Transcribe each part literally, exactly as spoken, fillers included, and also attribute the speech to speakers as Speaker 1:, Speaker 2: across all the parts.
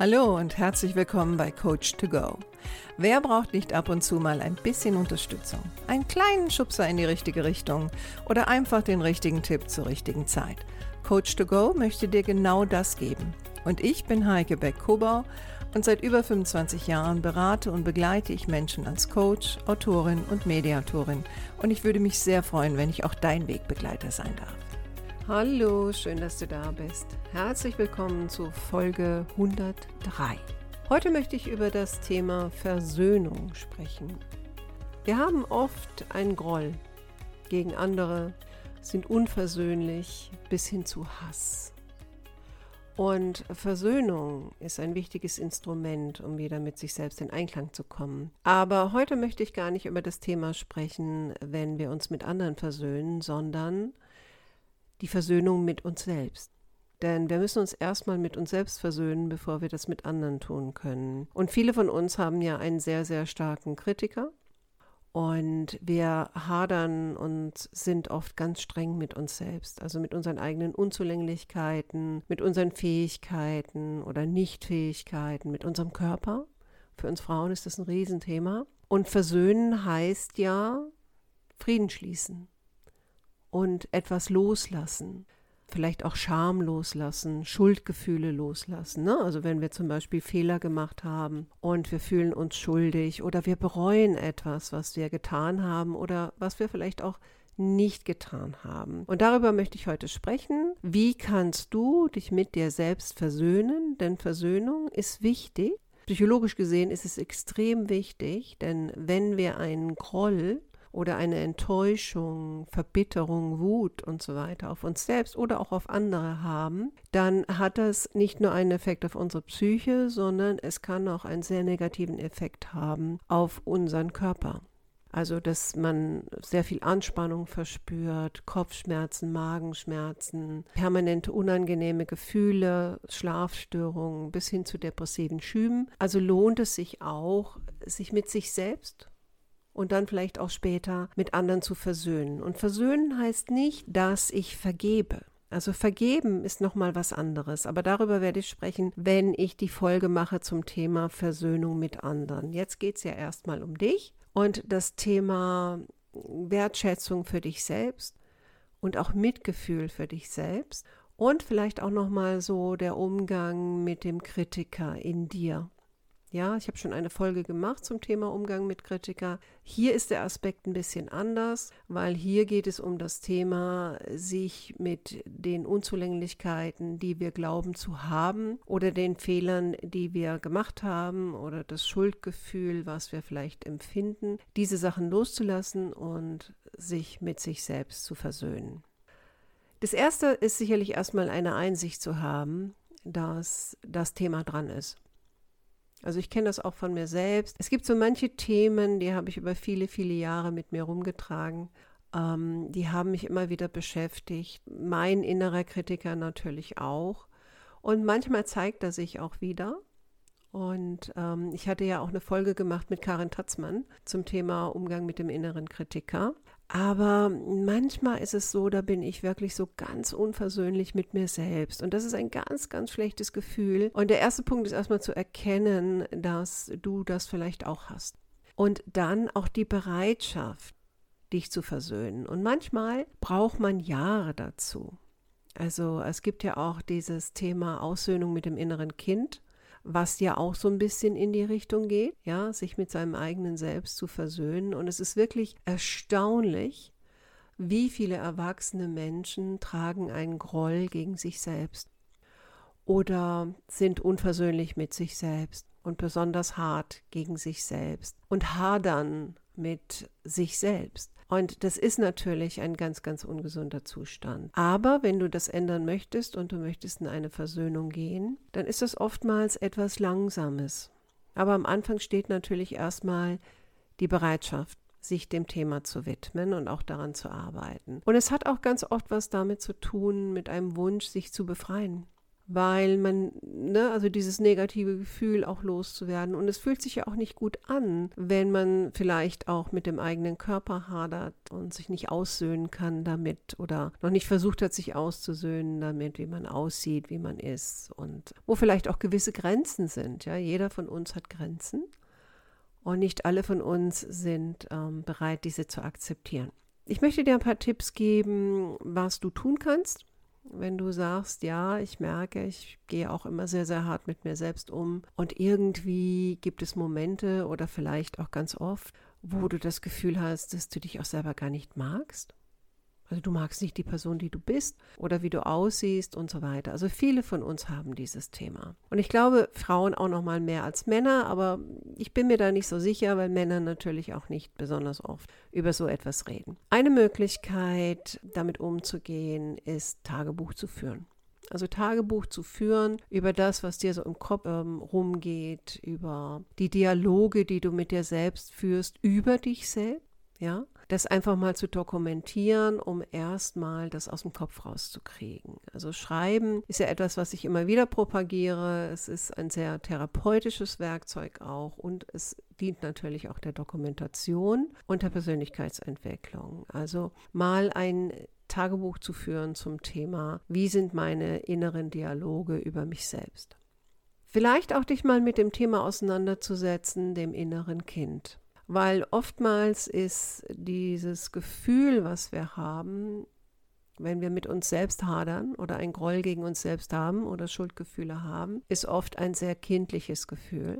Speaker 1: Hallo und herzlich willkommen bei Coach to Go. Wer braucht nicht ab und zu mal ein bisschen Unterstützung, einen kleinen Schubser in die richtige Richtung oder einfach den richtigen Tipp zur richtigen Zeit? Coach to Go möchte dir genau das geben. Und ich bin Heike Beck-Kobau und seit über fünfundzwanzig Jahren berate und begleite ich Menschen als Coach, Autorin und Mediatorin. Und ich würde mich sehr freuen, wenn ich auch dein Wegbegleiter sein darf. Hallo, schön, dass du da bist. Herzlich willkommen zu Folge hundertdrei. Heute möchte ich über das Thema Versöhnung sprechen. Wir haben oft einen Groll gegen andere, sind unversöhnlich bis hin zu Hass. Und Versöhnung ist ein wichtiges Instrument, um wieder mit sich selbst in Einklang zu kommen. Aber heute möchte ich gar nicht über das Thema sprechen, wenn wir uns mit anderen versöhnen, sondern die Versöhnung mit uns selbst. Denn wir müssen uns erstmal mit uns selbst versöhnen, bevor wir das mit anderen tun können. Und viele von uns haben ja einen sehr, sehr starken Kritiker. Und wir hadern und sind oft ganz streng mit uns selbst, also mit unseren eigenen Unzulänglichkeiten, mit unseren Fähigkeiten oder Nichtfähigkeiten, mit unserem Körper. Für uns Frauen ist das ein Riesenthema. Und versöhnen heißt ja Frieden schließen und etwas loslassen. Vielleicht auch Scham loslassen, Schuldgefühle loslassen. Ne? Also wenn wir zum Beispiel Fehler gemacht haben und wir fühlen uns schuldig oder wir bereuen etwas, was wir getan haben oder was wir vielleicht auch nicht getan haben. Und darüber möchte ich heute sprechen. Wie kannst du dich mit dir selbst versöhnen? Denn Versöhnung ist wichtig. Psychologisch gesehen ist es extrem wichtig, denn wenn wir einen Groll oder eine Enttäuschung, Verbitterung, Wut und so weiter auf uns selbst oder auch auf andere haben, dann hat das nicht nur einen Effekt auf unsere Psyche, sondern es kann auch einen sehr negativen Effekt haben auf unseren Körper. Also, dass man sehr viel Anspannung verspürt, Kopfschmerzen, Magenschmerzen, permanente unangenehme Gefühle, Schlafstörungen bis hin zu depressiven Schüben. Also lohnt es sich auch, sich mit sich selbst und dann vielleicht auch später mit anderen zu versöhnen. Und versöhnen heißt nicht, dass ich vergebe. Also vergeben ist nochmal was anderes. Aber darüber werde ich sprechen, wenn ich die Folge mache zum Thema Versöhnung mit anderen. Jetzt geht es ja erstmal um dich und das Thema Wertschätzung für dich selbst und auch Mitgefühl für dich selbst. Und vielleicht auch nochmal so der Umgang mit dem Kritiker in dir. Ja, ich habe schon eine Folge gemacht zum Thema Umgang mit Kritiker. Hier ist der Aspekt ein bisschen anders, weil hier geht es um das Thema, sich mit den Unzulänglichkeiten, die wir glauben zu haben oder den Fehlern, die wir gemacht haben oder das Schuldgefühl, was wir vielleicht empfinden, diese Sachen loszulassen und sich mit sich selbst zu versöhnen. Das Erste ist sicherlich erstmal eine Einsicht zu haben, dass das Thema dran ist. Also ich kenne das auch von mir selbst. Es gibt so manche Themen, die habe ich über viele, viele Jahre mit mir rumgetragen. Ähm, die haben mich immer wieder beschäftigt. Mein innerer Kritiker natürlich auch. Und manchmal zeigt er sich auch wieder. Und ähm, ich hatte ja auch eine Folge gemacht mit Karin Tatzmann zum Thema Umgang mit dem inneren Kritiker. Aber manchmal ist es so, da bin ich wirklich so ganz unversöhnlich mit mir selbst. Und das ist ein ganz, ganz schlechtes Gefühl. Und der erste Punkt ist erstmal zu erkennen, dass du das vielleicht auch hast. Und dann auch die Bereitschaft, dich zu versöhnen. Und manchmal braucht man Jahre dazu. Also es gibt ja auch dieses Thema Aussöhnung mit dem inneren Kind, was ja auch so ein bisschen in die Richtung geht, ja, sich mit seinem eigenen Selbst zu versöhnen. Und es ist wirklich erstaunlich, wie viele erwachsene Menschen tragen einen Groll gegen sich selbst oder sind unversöhnlich mit sich selbst und besonders hart gegen sich selbst und hadern mit sich selbst. Und das ist natürlich ein ganz, ganz ungesunder Zustand. Aber wenn du das ändern möchtest und du möchtest in eine Versöhnung gehen, dann ist das oftmals etwas Langsames. Aber am Anfang steht natürlich erstmal die Bereitschaft, sich dem Thema zu widmen und auch daran zu arbeiten. Und es hat auch ganz oft was damit zu tun, mit einem Wunsch, sich zu befreien.
Speaker 2: weil man, ne, also dieses negative Gefühl auch loszuwerden. Und es fühlt sich ja auch nicht gut an, wenn man vielleicht auch mit dem eigenen Körper hadert und sich nicht aussöhnen kann damit oder noch nicht versucht hat, sich auszusöhnen damit, wie man aussieht, wie man ist und wo vielleicht auch gewisse Grenzen sind. Ja, jeder von uns hat Grenzen und nicht alle von uns sind ähm, bereit, diese zu akzeptieren. Ich möchte dir ein paar Tipps geben, was du tun kannst. Wenn du sagst, ja, ich merke, ich gehe auch immer sehr, sehr hart mit mir selbst um und irgendwie gibt es Momente oder vielleicht auch ganz oft, wo du das Gefühl hast, dass du dich auch selber gar nicht magst. Also du magst nicht die Person, die du bist oder wie du aussiehst und so weiter. Also viele von uns haben dieses Thema. Und ich glaube, Frauen auch noch mal mehr als Männer, aber ich bin mir da nicht so sicher, weil Männer natürlich auch nicht besonders oft über so etwas reden. Eine Möglichkeit, damit umzugehen, ist Tagebuch zu führen. Also Tagebuch zu führen über das, was dir so im Kopf ähm, rumgeht, über die Dialoge, die du mit dir selbst führst, über dich selbst. Ja, das einfach mal zu dokumentieren, um erstmal das aus dem Kopf rauszukriegen. Also Schreiben ist ja etwas, was ich immer wieder propagiere. Es ist ein sehr therapeutisches Werkzeug auch und es dient natürlich auch der Dokumentation und der Persönlichkeitsentwicklung. Also mal ein Tagebuch zu führen zum Thema, wie sind meine inneren Dialoge über mich selbst. Vielleicht auch dich mal mit dem Thema auseinanderzusetzen, dem inneren Kind. Weil oftmals ist dieses Gefühl, was wir haben, wenn wir mit uns selbst hadern oder ein Groll gegen uns selbst haben oder Schuldgefühle haben, ist oft ein sehr kindliches Gefühl.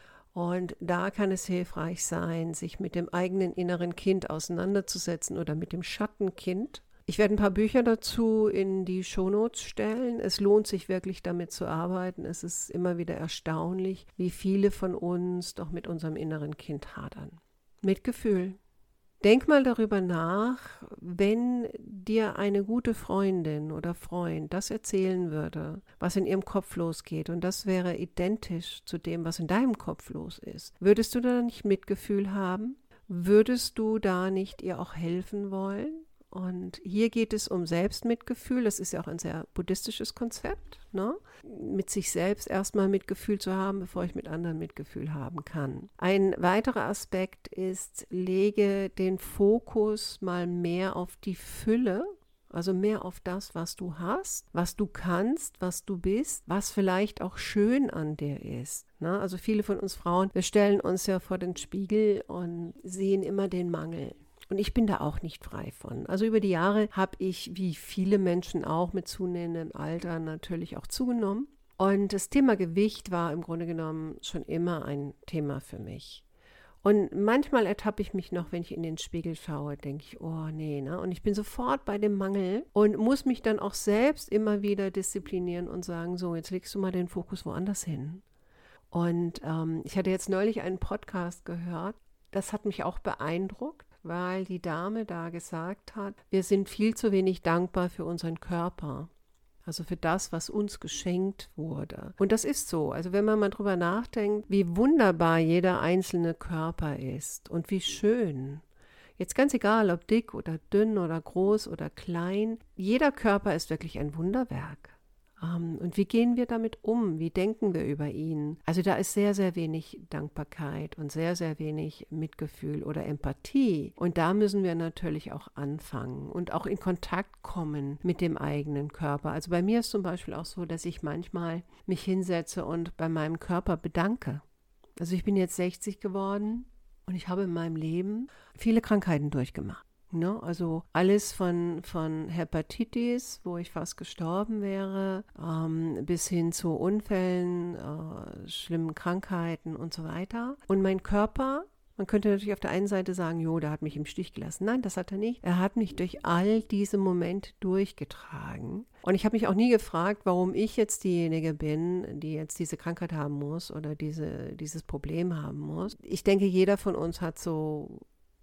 Speaker 2: Und da kann es hilfreich sein, sich mit dem eigenen inneren Kind auseinanderzusetzen oder mit dem Schattenkind. Ich werde ein paar Bücher dazu in die Shownotes stellen. Es lohnt sich wirklich, damit zu arbeiten. Es ist immer wieder erstaunlich, wie viele von uns doch mit unserem inneren Kind hadern. Mitgefühl. Denk mal darüber nach, wenn dir eine gute Freundin oder Freund das erzählen würde, was in ihrem Kopf losgeht, und das wäre identisch zu dem, was in deinem Kopf los ist. Würdest du da nicht Mitgefühl haben? Würdest du da nicht ihr auch helfen wollen? Und hier geht es um Selbstmitgefühl. Das ist ja auch ein sehr buddhistisches Konzept, ne? Mit sich selbst erstmal Mitgefühl zu haben, bevor ich mit anderen Mitgefühl haben kann. Ein weiterer Aspekt ist, lege den Fokus mal mehr auf die Fülle, also mehr auf das, was du hast, was du kannst, was du bist, was vielleicht auch schön an dir ist. Ne? Also viele von uns Frauen, wir stellen uns ja vor den Spiegel und sehen immer den Mangel. Und ich bin da auch nicht frei von. Also über die Jahre habe ich, wie viele Menschen auch mit zunehmendem Alter, natürlich auch zugenommen. Und das Thema Gewicht war im Grunde genommen schon immer ein Thema für mich. Und manchmal ertappe ich mich noch, wenn ich in den Spiegel schaue, denke ich, oh nee, ne? Und ich bin sofort bei dem Mangel und muss mich dann auch selbst immer wieder disziplinieren und sagen, so, jetzt legst du mal den Fokus woanders hin. Und ähm, ich hatte jetzt neulich einen Podcast gehört, das hat mich auch beeindruckt, weil die Dame da gesagt hat, wir sind viel zu wenig dankbar für unseren Körper, also für das, was uns geschenkt wurde. Und das ist so, also wenn man mal drüber nachdenkt, wie wunderbar jeder einzelne Körper ist und wie schön. Jetzt ganz egal, ob dick oder dünn oder groß oder klein, jeder Körper ist wirklich ein Wunderwerk. Und wie gehen wir damit um? Wie denken wir über ihn? Also da ist sehr, sehr wenig Dankbarkeit und sehr, sehr wenig Mitgefühl oder Empathie. Und da müssen wir natürlich auch anfangen und auch in Kontakt kommen mit dem eigenen Körper. Also bei mir ist zum Beispiel auch so, dass ich manchmal mich hinsetze und bei meinem Körper bedanke. Also ich bin jetzt sechzig geworden und ich habe in meinem Leben viele Krankheiten durchgemacht. Ne? Also alles von, von Hepatitis, wo ich fast gestorben wäre, ähm, bis hin zu Unfällen, äh, schlimmen Krankheiten und so weiter. Und mein Körper, man könnte natürlich auf der einen Seite sagen, jo, der hat mich im Stich gelassen. Nein, das hat er nicht. Er hat mich durch all diese Momente durchgetragen. Und ich habe mich auch nie gefragt, warum ich jetzt diejenige bin, die jetzt diese Krankheit haben muss oder diese, dieses Problem haben muss. Ich denke, jeder von uns hat so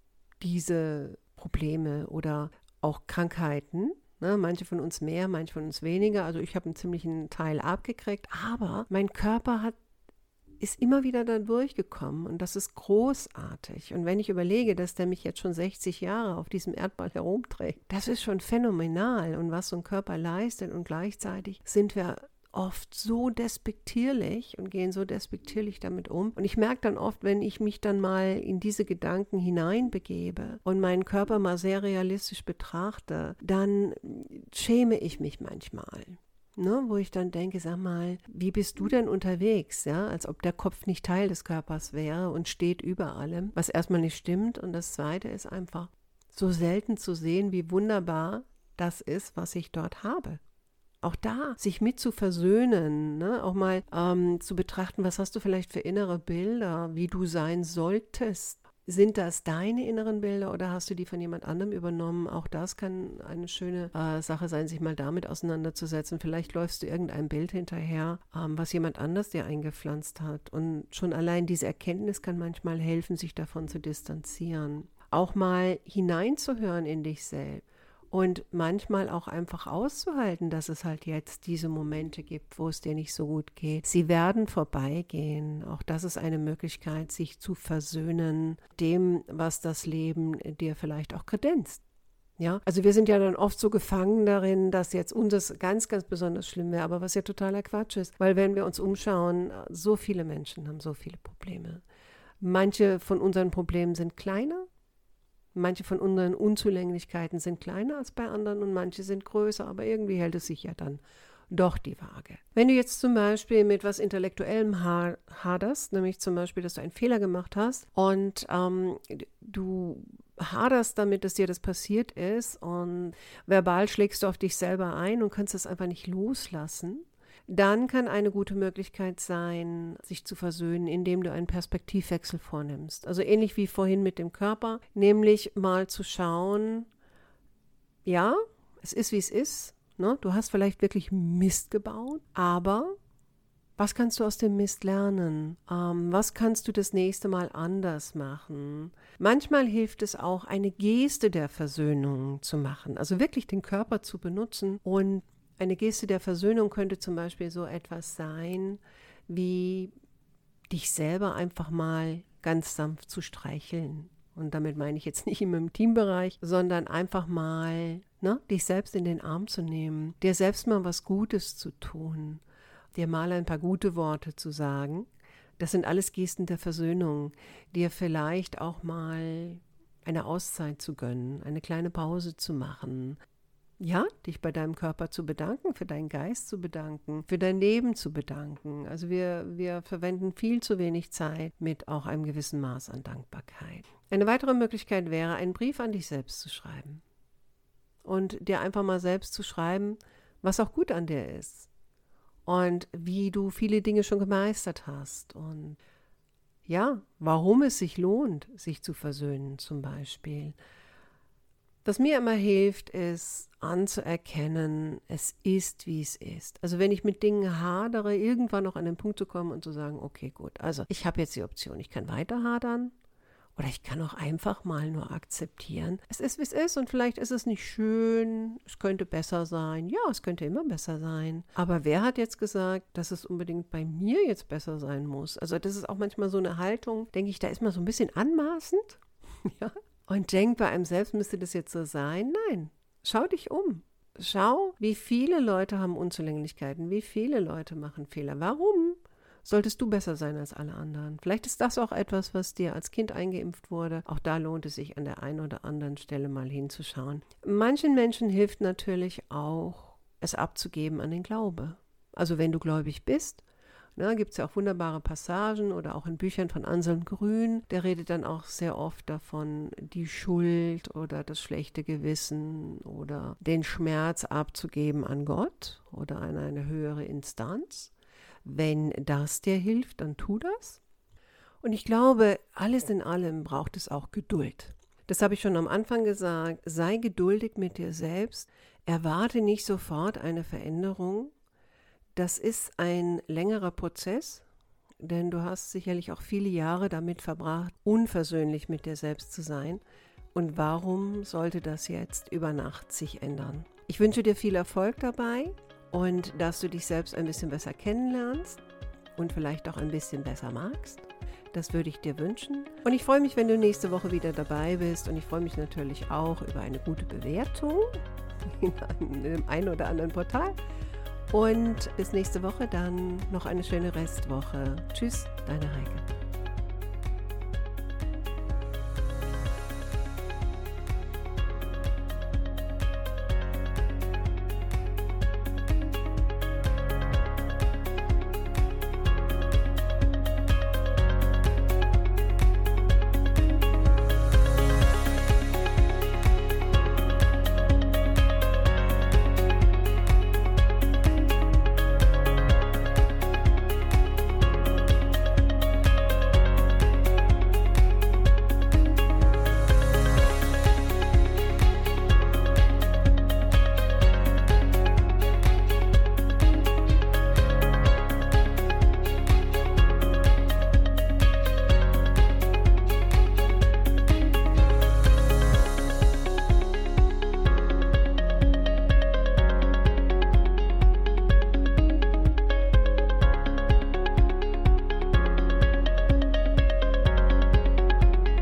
Speaker 2: diese Probleme oder auch Krankheiten. Ne? Manche von uns mehr, manche von uns weniger. Also ich habe einen ziemlichen Teil abgekriegt, aber mein Körper hat, ist immer wieder da durchgekommen und das ist großartig. Und wenn ich überlege, dass der mich jetzt schon sechzig Jahre auf diesem Erdball herumträgt, das ist schon phänomenal und was so ein Körper leistet und gleichzeitig sind wir oft so despektierlich und gehen so despektierlich damit um. Und ich merke dann oft, wenn ich mich dann mal in diese Gedanken hineinbegebe und meinen Körper mal sehr realistisch betrachte, dann schäme ich mich manchmal. Ne, wo ich dann denke, sag mal, wie bist du denn unterwegs? Ja, als ob der Kopf nicht Teil des Körpers wäre und steht über allem, was erstmal nicht stimmt. Und das Zweite ist einfach, so selten zu sehen, wie wunderbar das ist, was ich dort habe. Auch da, sich mit zu versöhnen, ne? Auch mal ähm, zu betrachten, was hast du vielleicht für innere Bilder, wie du sein solltest. Sind das deine inneren Bilder oder hast du die von jemand anderem übernommen? Auch das kann eine schöne äh, Sache sein, sich mal damit auseinanderzusetzen. Vielleicht läufst du irgendein Bild hinterher, ähm, was jemand anders dir eingepflanzt hat. Und schon allein diese Erkenntnis kann manchmal helfen, sich davon zu distanzieren. Auch mal hineinzuhören in dich selbst. Und manchmal auch einfach auszuhalten, dass es halt jetzt diese Momente gibt, wo es dir nicht so gut geht. Sie werden vorbeigehen. Auch das ist eine Möglichkeit, sich zu versöhnen, dem, was das Leben dir vielleicht auch kredenzt. Ja, also wir sind ja dann oft so gefangen darin, dass jetzt unseres ganz, ganz besonders schlimm wäre, aber was ja totaler Quatsch ist. Weil wenn wir uns umschauen, so viele Menschen haben so viele Probleme. Manche von unseren Problemen sind kleiner. Manche von unseren Unzulänglichkeiten sind kleiner als bei anderen und manche sind größer, aber irgendwie hält es sich ja dann doch die Waage. Wenn du jetzt zum Beispiel mit was Intellektuellem haderst, nämlich zum Beispiel, dass du einen Fehler gemacht hast und ähm, du haderst damit, dass dir das passiert ist und verbal schlägst du auf dich selber ein und kannst das einfach nicht loslassen, dann kann eine gute Möglichkeit sein, sich zu versöhnen, indem du einen Perspektivwechsel vornimmst. Also ähnlich wie vorhin mit dem Körper, nämlich mal zu schauen, ja, es ist, wie es ist. Ne? Du hast vielleicht wirklich Mist gebaut, aber was kannst du aus dem Mist lernen? Ähm, was kannst du das nächste Mal anders machen? Manchmal hilft es auch, eine Geste der Versöhnung zu machen, also wirklich den Körper zu benutzen und eine Geste der Versöhnung könnte zum Beispiel so etwas sein, wie dich selber einfach mal ganz sanft zu streicheln. Und damit meine ich jetzt nicht immer im Teambereich, sondern einfach mal ne, dich selbst in den Arm zu nehmen, dir selbst mal was Gutes zu tun, dir mal ein paar gute Worte zu sagen. Das sind alles Gesten der Versöhnung, dir vielleicht auch mal eine Auszeit zu gönnen, eine kleine Pause zu machen. Ja, dich bei deinem Körper zu bedanken, für deinen Geist zu bedanken, für dein Leben zu bedanken. Also wir, wir verwenden viel zu wenig Zeit mit auch einem gewissen Maß an Dankbarkeit. Eine weitere Möglichkeit wäre, einen Brief an dich selbst zu schreiben und dir einfach mal selbst zu schreiben, was auch gut an dir ist und wie du viele Dinge schon gemeistert hast und ja, warum es sich lohnt, sich zu versöhnen zum Beispiel. Was mir immer hilft, ist anzuerkennen, es ist, wie es ist. Also wenn ich mit Dingen hadere, irgendwann noch an den Punkt zu kommen und zu sagen, okay, gut, also ich habe jetzt die Option, ich kann weiter hadern oder ich kann auch einfach mal nur akzeptieren. Es ist, wie es ist und vielleicht ist es nicht schön, es könnte besser sein. Ja, es könnte immer besser sein. Aber wer hat jetzt gesagt, dass es unbedingt bei mir jetzt besser sein muss? Also das ist auch manchmal so eine Haltung, denke ich, da ist man so ein bisschen anmaßend, ja. Und denk, bei einem selbst müsste das jetzt so sein. Nein, schau dich um. Schau, wie viele Leute haben Unzulänglichkeiten, wie viele Leute machen Fehler. Warum solltest du besser sein als alle anderen? Vielleicht ist das auch etwas, was dir als Kind eingeimpft wurde. Auch da lohnt es sich an der einen oder anderen Stelle mal hinzuschauen. Manchen Menschen hilft natürlich auch, es abzugeben an den Glaube. Also wenn du gläubig bist, da gibt es ja auch wunderbare Passagen oder auch in Büchern von Anselm Grün. Der redet dann auch sehr oft davon, die Schuld oder das schlechte Gewissen oder den Schmerz abzugeben an Gott oder an eine höhere Instanz. Wenn das dir hilft, dann tu das. Und ich glaube, alles in allem braucht es auch Geduld. Das habe ich schon am Anfang gesagt. Sei geduldig mit dir selbst. Erwarte nicht sofort eine Veränderung. Das ist ein längerer Prozess, denn du hast sicherlich auch viele Jahre damit verbracht, unversöhnlich mit dir selbst zu sein. Und warum sollte das jetzt über Nacht sich ändern? Ich wünsche dir viel Erfolg dabei und dass du dich selbst ein bisschen besser kennenlernst und vielleicht auch ein bisschen besser magst. Das würde ich dir wünschen. Und ich freue mich, wenn du nächste Woche wieder dabei bist. Und ich freue mich natürlich auch über eine gute Bewertung in einem einen oder anderen Portal. Und bis nächste Woche dann noch eine schöne Restwoche. Tschüss, deine Heike.